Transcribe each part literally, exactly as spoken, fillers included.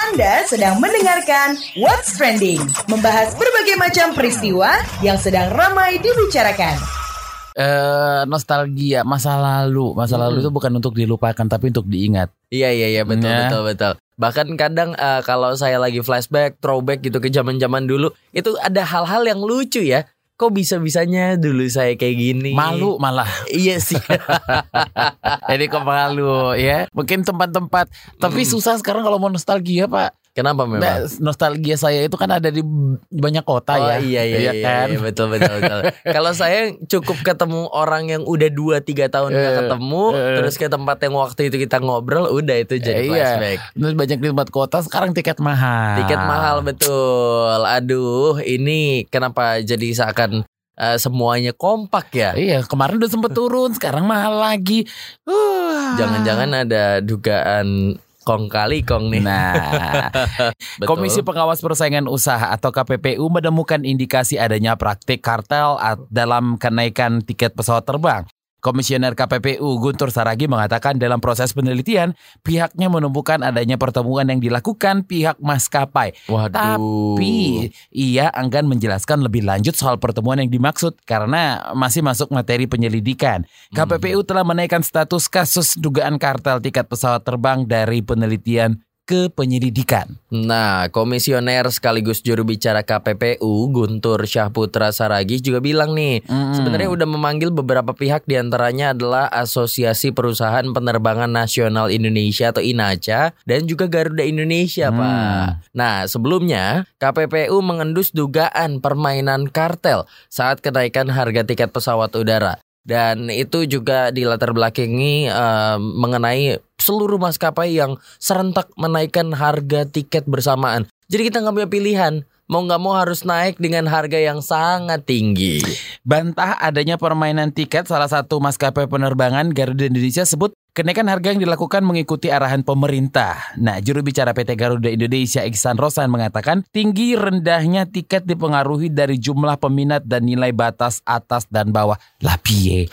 Anda sedang mendengarkan What's Trending, membahas berbagai macam peristiwa yang sedang ramai dibicarakan. Uh, nostalgia masa lalu, masa hmm. lalu itu bukan untuk dilupakan tapi untuk diingat. Iya iya iya betul Nah. betul betul. Bahkan kadang uh, kalau saya lagi flashback, throwback gitu ke zaman-zaman dulu, itu ada hal-hal yang lucu ya. Kok bisa-bisanya dulu saya kayak gini? Malu malah. Iya sih. Jadi kok malu ya. Mungkin tempat-tempat. Tapi Hmm. susah sekarang kalau mau nostalgia, Pak. Kenapa memang? Nah, nostalgia saya itu kan ada di banyak kota Oh ya. iya iya, iya, kan? iya betul betul betul. Kalau saya cukup ketemu orang yang udah dua tiga tahun gak Eh, ketemu, eh. terus ke tempat yang waktu itu kita ngobrol, udah itu jadi Eh, flashback. Iya. Terus banyak di tempat kota sekarang tiket mahal. Tiket mahal betul. Aduh, ini kenapa jadi seakan uh, semuanya kompak ya? Iya, kemarin udah sempet turun, sekarang mahal lagi. Uh. Jangan-jangan ada dugaan kong kali kong nih. Nah, Betul. Komisi Pengawas Persaingan Usaha atau K P P U menemukan indikasi adanya praktik kartel at- dalam kenaikan tiket pesawat terbang. Komisioner K P P U Guntur Saragi mengatakan dalam proses penelitian pihaknya menemukan adanya pertemuan yang dilakukan pihak maskapai. Waduh. Tapi ia enggan menjelaskan lebih lanjut soal pertemuan yang dimaksud karena masih masuk materi penyelidikan. K P P U telah menaikkan status kasus dugaan kartel tiket pesawat terbang dari penelitian ke penyelidikan. Nah, komisioner sekaligus juru bicara K P P U Guntur Syahputra Saragih juga bilang nih, Mm. sebenarnya udah memanggil beberapa pihak, diantaranya adalah Asosiasi Perusahaan Penerbangan Nasional Indonesia atau INACA dan juga Garuda Indonesia, Hmm. Pak. Nah, sebelumnya K P P U mengendus dugaan permainan kartel saat kenaikan harga tiket pesawat udara. Dan itu juga dilatar belakangi uh, mengenai seluruh maskapai yang serentak menaikkan harga tiket bersamaan. Jadi kita nggak punya pilihan, mau nggak mau harus naik dengan harga yang sangat tinggi. Bantah adanya permainan tiket, salah satu maskapai penerbangan Garuda Indonesia sebut kenaikan harga yang dilakukan mengikuti arahan pemerintah. Nah, juru bicara P T Garuda Indonesia Iksan Rosan mengatakan tinggi rendahnya tiket dipengaruhi dari jumlah peminat dan nilai batas atas dan bawah. Lah piye?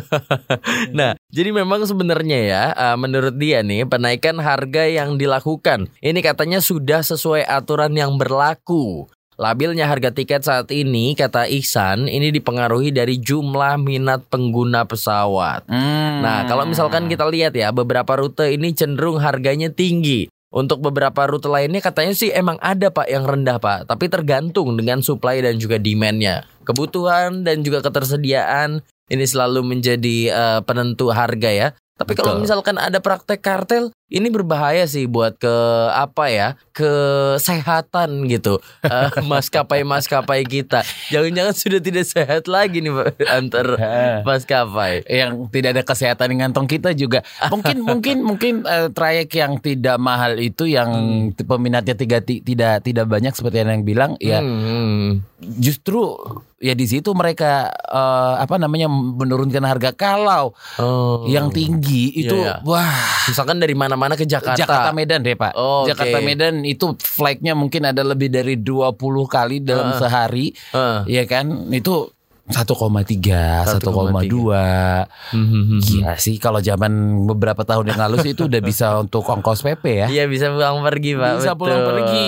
Nah, jadi memang sebenarnya ya, uh, menurut dia nih, penaikan harga yang dilakukan ini katanya sudah sesuai aturan yang berlaku. Labilnya harga tiket saat ini, kata Ihsan, ini dipengaruhi dari jumlah minat pengguna pesawat. Hmm. Nah, kalau misalkan kita lihat ya, beberapa rute ini cenderung harganya tinggi. Untuk beberapa rute lainnya katanya sih emang ada Pak yang rendah Pak, tapi tergantung dengan supply dan juga demand-nya. Kebutuhan dan juga ketersediaan ini selalu menjadi uh, penentu harga ya. Tapi kalau Betul. misalkan ada praktek kartel, ini berbahaya sih buat ke apa ya, kesehatan gitu uh, maskapai-maskapai kita. Jangan-jangan sudah tidak sehat lagi nih Pak, antar maskapai. Yang tidak ada kesehatan di kantong kita juga. Mungkin mungkin mungkin eh, trayek yang tidak mahal itu yang peminatnya tiga, ti- tidak tidak banyak seperti yang bilang ya. Hmm. Justru ya di situ mereka eh, apa namanya menurunkan harga. Kalau Oh. yang tinggi itu Iya, iya. wah, Misalkan dari mana-mana ke Jakarta. Jakarta Medan deh Pak. Oh, oke. Jakarta Medan itu flightnya mungkin ada lebih dari dua puluh kali dalam Uh. sehari. Uh. Ya kan? Itu satu koma tiga, satu koma dua. Hmm. Iya sih, kalau zaman beberapa tahun yang lalu sih itu udah bisa untuk ongkos P P ya. Iya, bisa pulang pergi Pak. Bisa betul. pulang pergi.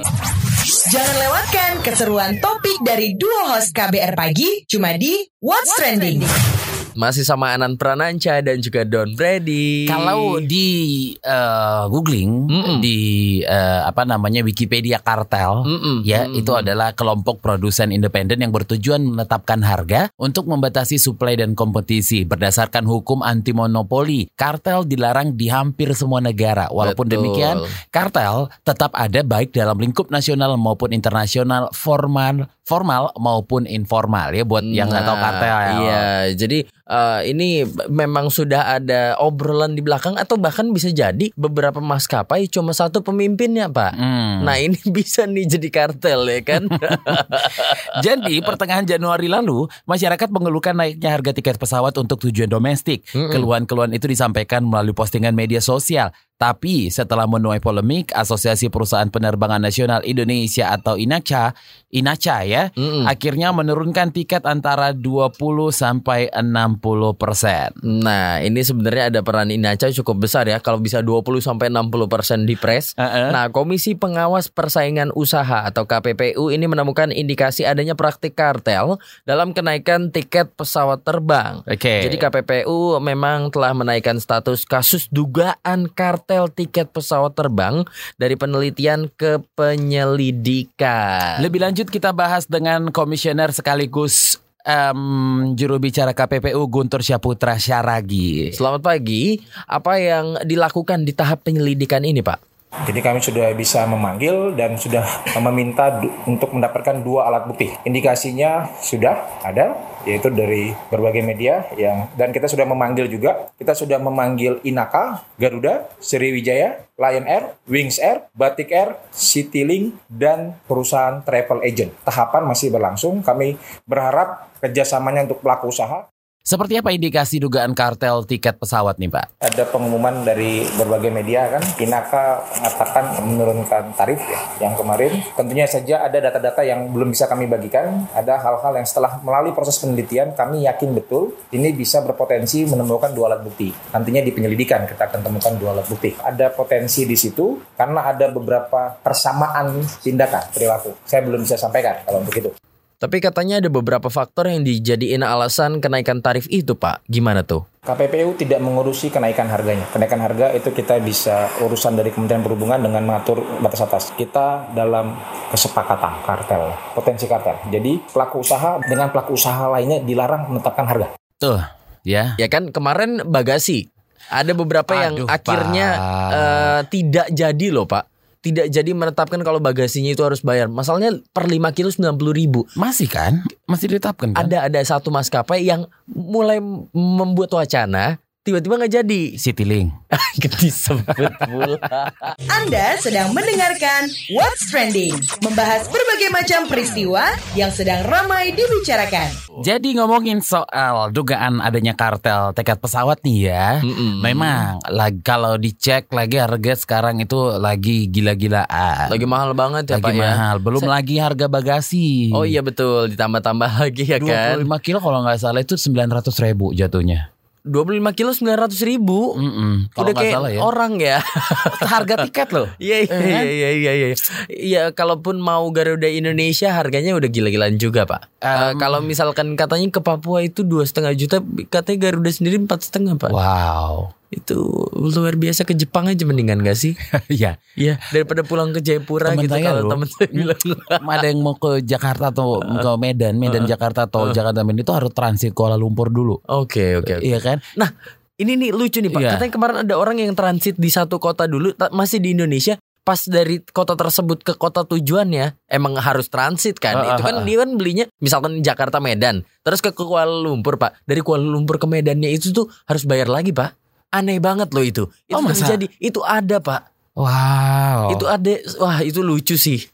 Jangan lewatkan keseruan topik dari duo host K B R Pagi cuma di What's Trending. Masih sama Anan Prananca dan juga Don Brady. Kalau di uh, googling Mm-mm. di uh, apa namanya Wikipedia kartel, Mm-mm. ya Mm-mm. itu adalah kelompok produsen independen yang bertujuan menetapkan harga untuk membatasi suplai dan kompetisi berdasarkan hukum anti monopoli. Kartel dilarang di hampir semua negara. Walaupun Betul. demikian, kartel tetap ada baik dalam lingkup nasional maupun internasional, formal, formal maupun informal ya buat yang nggak tahu kartel. Ya. Iya, jadi uh, ini memang sudah ada obrolan di belakang atau bahkan bisa jadi beberapa maskapai cuma satu pemimpinnya, Pak. Hmm. Nah, ini bisa nih jadi kartel ya kan? Jadi pertengahan Januari lalu, masyarakat mengeluhkan naiknya harga tiket pesawat untuk tujuan domestik. Mm-mm. Keluhan-keluhan itu disampaikan melalui postingan media sosial. Tapi setelah menuai polemik, Asosiasi Perusahaan Penerbangan Nasional Indonesia atau INACA, INACA ya, Mm-mm. akhirnya menurunkan tiket antara dua puluh sampai enam puluh persen. Nah, ini sebenarnya ada peran INACA cukup besar ya, kalau bisa dua puluh sampai enam puluh persen di press. Uh-uh. Nah, Komisi Pengawas Persaingan Usaha atau K P P U ini menemukan indikasi adanya praktik kartel dalam kenaikan tiket pesawat terbang. Oke. Jadi K P P U memang telah menaikkan status kasus dugaan kartel tiket pesawat terbang dari penelitian ke penyelidikan. Lebih lanjut kita bahas dengan komisioner sekaligus um, juru bicara K P P U Guntur Syaputra Syaragi. Selamat pagi. Apa yang dilakukan di tahap penyelidikan ini, Pak? Jadi kami sudah bisa memanggil dan sudah meminta du- untuk mendapatkan dua alat bukti. Indikasinya sudah ada, yaitu dari berbagai media yang dan kita sudah memanggil juga. Kita sudah memanggil Inaka, Garuda, Sriwijaya, Lion Air, Wings Air, Batik Air, Citylink, dan perusahaan travel agent. Tahapan masih berlangsung. Kami berharap kerjasamanya untuk pelaku usaha. Seperti apa indikasi dugaan kartel tiket pesawat nih, Pak? Ada pengumuman dari berbagai media kan, Inaka mengatakan menurunkan tarif ya, yang kemarin. Tentunya saja ada data-data yang belum bisa kami bagikan, ada hal-hal yang setelah melalui proses penelitian kami yakin betul ini bisa berpotensi menemukan dua alat bukti. Nantinya di penyelidikan kita akan temukan dua alat bukti. Ada potensi di situ karena ada beberapa persamaan tindakan perilaku. Saya belum bisa sampaikan kalau begitu. Tapi katanya ada beberapa faktor yang dijadiin alasan kenaikan tarif itu, Pak. Gimana tuh? K P P U tidak mengurusi kenaikan harganya. Kenaikan harga itu kita bisa urusan dari Kementerian Perhubungan dengan mengatur batas atas. Kita dalam kesepakatan kartel, potensi kartel. Jadi pelaku usaha dengan pelaku usaha lainnya dilarang menetapkan harga. Tuh, ya. Ya kan kemarin bagasi. Ada beberapa yang Aduh, akhirnya Pak. eh, tidak jadi loh, Pak. Tidak jadi menetapkan kalau bagasinya itu harus bayar. Masalahnya per lima kilo sembilan puluh ribu. Masih kan? Masih ditetapkan kan? Ada ada satu maskapai yang mulai membuat wacana, tiba-tiba nggak jadi. Citylink. Disebut pula. Anda sedang mendengarkan What's Trending, membahas berbagai macam peristiwa yang sedang ramai dibicarakan. Jadi ngomongin soal dugaan adanya kartel tiket pesawat nih ya. Mm-mm. Memang lagi kalau dicek lagi harga sekarang itu lagi gila-gilaan. Lagi mahal banget ya, Lagi Pak ya. mahal. Belum Saya- lagi harga bagasi. Oh iya betul, ditambah-tambah lagi ya dua kan. puluh lima kilo kalau nggak salah itu sembilan ratus ribu jatuhnya. dua puluh lima kilo sembilan ratus ribu. Mm-mm. Kalau Udah nggak kayak salah ya. orang ya. Harga tiket loh. Iya iya iya iya iya iya. Iya, kalaupun mau Garuda Indonesia harganya udah gila-gilaan juga, Pak. Eh, Um, kalau misalkan katanya ke Papua itu dua setengah juta, katanya Garuda sendiri empat setengah, Pak. Wow. Itu luar biasa. Ke Jepang aja mendingan gak sih? Iya. Iya, daripada pulang ke Jayapura Temen gitu saya kalau loh. temen saya bilang. Ada yang mau ke Jakarta atau ke Medan, Medan Jakarta atau Jakarta Medan itu harus transit Kuala Lumpur dulu. Oke oke. oke. Iya kan? Nah, ini nih lucu nih, Pak. Iya. Katanya kemarin ada orang yang transit di satu kota dulu, ta- masih di Indonesia. Pas dari kota tersebut ke kota tujuannya emang harus transit kan. Ah, Itu ah, kan ah. dia kan belinya misalkan Jakarta Medan, terus ke Kuala Lumpur, Pak. Dari Kuala Lumpur ke Medannya itu tuh harus bayar lagi, Pak. Aneh banget loh itu. Itu Oh, masa? terjadi. Itu ada, Pak. Wow. Itu ada. Wah, itu lucu sih.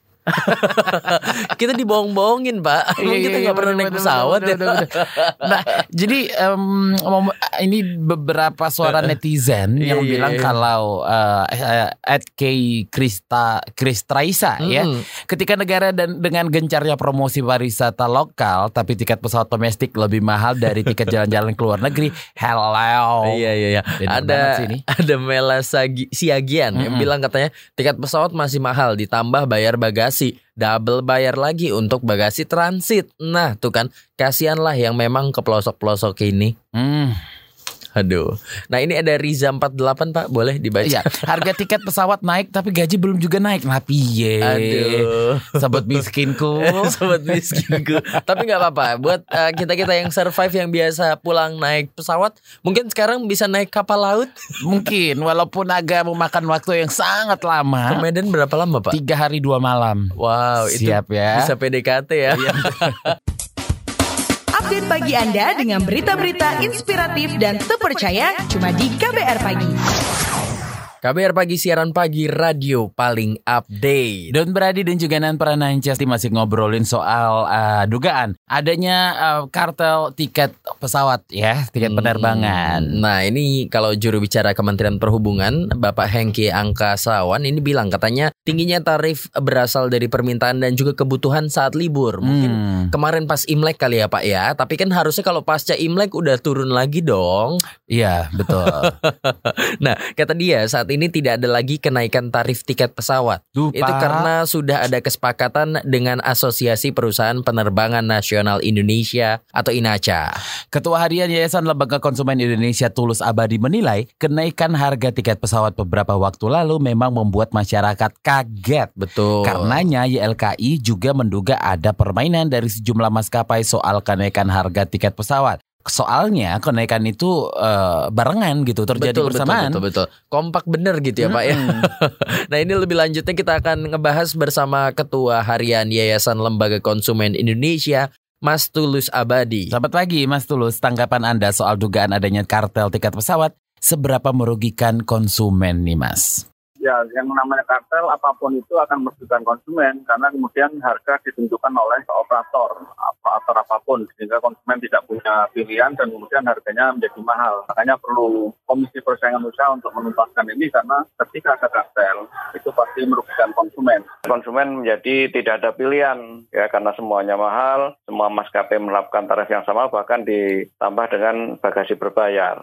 Kita dibohong-bohongin, Pak. Emang Iya, kita iya, nggak pernah bener, naik bener, pesawat bener, ya. bener, bener. Nah, jadi em, ngomong- ini beberapa suara netizen Iya, yang iya, bilang iya. kalau eh, eh, at K Krista Kristraisa ya, Mm. ketika negara dan dengan gencarnya promosi pariwisata lokal, tapi tiket pesawat domestik lebih mahal dari tiket jalan-jalan ke luar negeri. Hello. Iya iya iya. Bener banget Ada sih ini. ada Mela Sagi- Siagian yang Mm-mm. bilang katanya tiket pesawat masih mahal ditambah bayar bagasi, double bayar lagi untuk bagasi transit. Nah, tuh kan kasihan lah yang memang ke pelosok-pelosok ini. Hmm. Aduh. Nah, ini ada Riza empat puluh delapan, Pak, boleh dibaca? Iya, harga tiket pesawat naik tapi gaji belum juga naik. Nah, piye? Aduh. Sobat miskinku. Sobat miskinku. Tapi nggak apa-apa. Buat uh, kita-kita yang survive yang biasa pulang naik pesawat, mungkin sekarang bisa naik kapal laut. Mungkin walaupun agak memakan waktu yang sangat Ke lama. Medan berapa lama, Pak? Tiga hari dua malam. Wow, itu Siap ya. bisa P D K T ya. Update pagi Anda dengan berita-berita inspiratif dan terpercaya cuma di K B R Pagi. K B R Pagi, siaran pagi radio paling update. Don Brady dan juga Nan Prananca masih ngobrolin soal uh, dugaan adanya uh, kartel tiket pesawat ya, tiket penerbangan. Hmm, nah ini kalau juru bicara Kementerian Perhubungan Bapak Hengki Angkasawan ini bilang katanya tingginya tarif berasal dari permintaan dan juga kebutuhan saat libur. Mungkin hmm. kemarin pas Imlek kali ya Pak ya, tapi kan harusnya kalau pasca Imlek udah turun lagi dong. Iya betul. Nah kata dia saat ini tidak ada lagi kenaikan tarif tiket pesawat. Duh, Itu Pak. karena sudah ada kesepakatan dengan Asosiasi Perusahaan Penerbangan Nasional Indonesia atau INACA. Ketua Harian Yayasan Lembaga Konsumen Indonesia Tulus Abadi menilai kenaikan harga tiket pesawat beberapa waktu lalu memang membuat masyarakat kaget. Betul. Karenanya Y L K I juga menduga ada permainan dari sejumlah maskapai soal kenaikan harga tiket pesawat. Soalnya kenaikan itu uh, barengan gitu terjadi betul, bersamaan. Betul, betul, betul. Kompak bener gitu ya hmm. Pak ya. Nah ini lebih lanjutnya kita akan ngebahas bersama Ketua Harian Yayasan Lembaga Konsumen Indonesia, Mas Tulus Abadi. Selamat pagi Mas Tulus, tanggapan Anda soal dugaan adanya kartel tiket pesawat seberapa merugikan konsumen nih Mas? Ya, yang namanya kartel apapun itu akan merugikan konsumen karena kemudian harga ditentukan oleh operator operator apapun sehingga konsumen tidak punya pilihan dan kemudian harganya menjadi mahal. Makanya perlu Komisi Persaingan Usaha untuk menuntaskan ini karena ketika ada kartel itu pasti merugikan konsumen. Konsumen menjadi tidak ada pilihan ya karena semuanya mahal, semua maskapai menerapkan tarif yang sama bahkan ditambah dengan bagasi berbayar.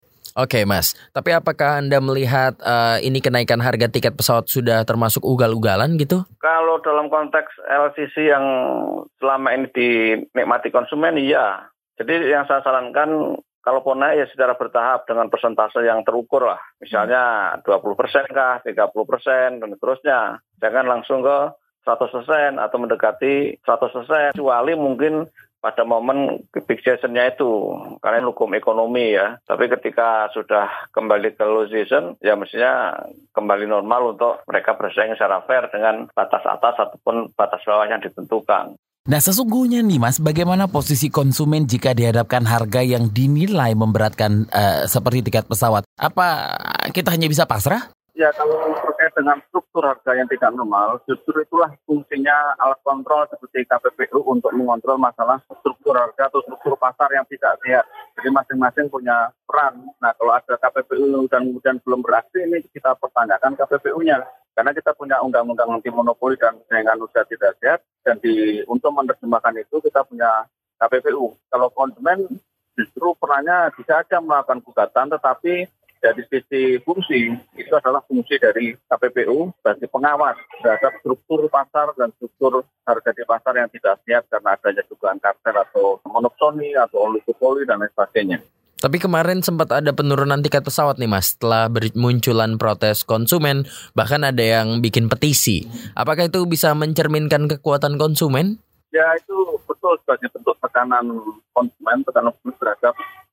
Oke Mas, tapi apakah Anda melihat uh, ini kenaikan harga tiket pesawat sudah termasuk ugal-ugalan gitu? Kalau dalam konteks L C C yang selama ini dinikmati konsumen, iya. Jadi yang saya sarankan, kalaupun naik ya secara bertahap dengan persentase yang terukur lah. Misalnya dua puluh persen kah, tiga puluh persen, dan seterusnya. Jangan langsung ke seratus persen atau mendekati seratus persen, kecuali mungkin pada momen peak season-nya itu, karena hukum ekonomi ya. Tapi ketika sudah kembali ke low season, ya mestinya kembali normal untuk mereka bersaing secara fair dengan batas atas ataupun batas bawah yang ditentukan. Nah sesungguhnya nih Mas, bagaimana posisi konsumen jika dihadapkan harga yang dinilai memberatkan uh, seperti tiket pesawat? Apa kita hanya bisa pasrah? Ya, kalau terkait dengan struktur harga yang tidak normal, justru itulah fungsinya alat kontrol seperti K P P U untuk mengontrol masalah struktur harga atau struktur pasar yang tidak sehat. Jadi masing-masing punya peran. Nah, kalau ada K P P U dan kemudian belum beraksi, ini kita pertanyakan K P P U-nya. Karena kita punya undang-undang anti monopoli dan persaingan usaha tidak sehat, dan di, untuk menerjemahkan itu kita punya K P P U. Kalau konsumen justru perannya bisa saja melakukan gugatan, tetapi dari sisi fungsi, itu adalah fungsi dari K P P U sebagai pengawas terhadap struktur pasar dan struktur harga di pasar yang tidak sehat karena adanya dugaan kartel atau monopsoni atau oligopoli dan lain sebagainya. Tapi kemarin sempat ada penurunan tiket pesawat nih Mas, setelah bermunculan protes konsumen, bahkan ada yang bikin petisi. Apakah itu bisa mencerminkan kekuatan konsumen? Ya itu betul sebagai bentuk tekanan konsumen, tekanan publik terhadap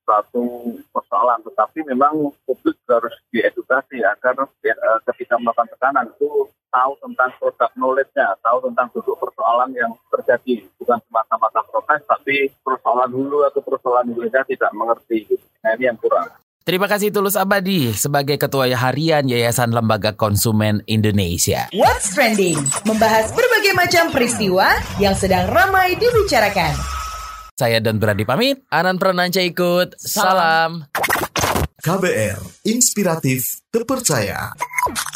satu persoalan, tetapi memang publik harus diedukasi agar ya, ketika melakukan tekanan itu tahu tentang produk knowledge-nya, tahu tentang duduk persoalan yang terjadi, bukan semata-mata protes, tapi persoalan hulu atau persoalan hulunya tidak mengerti. Nah ini yang kurang. Terima kasih Tulus Abadi sebagai Ketua Harian Yayasan Lembaga Konsumen Indonesia. What's Trending? Membahas berbagai macam peristiwa yang sedang ramai dibicarakan. Saya Don Brady pamit. Anan Prananca ikut. Salam. K B R, inspiratif, terpercaya.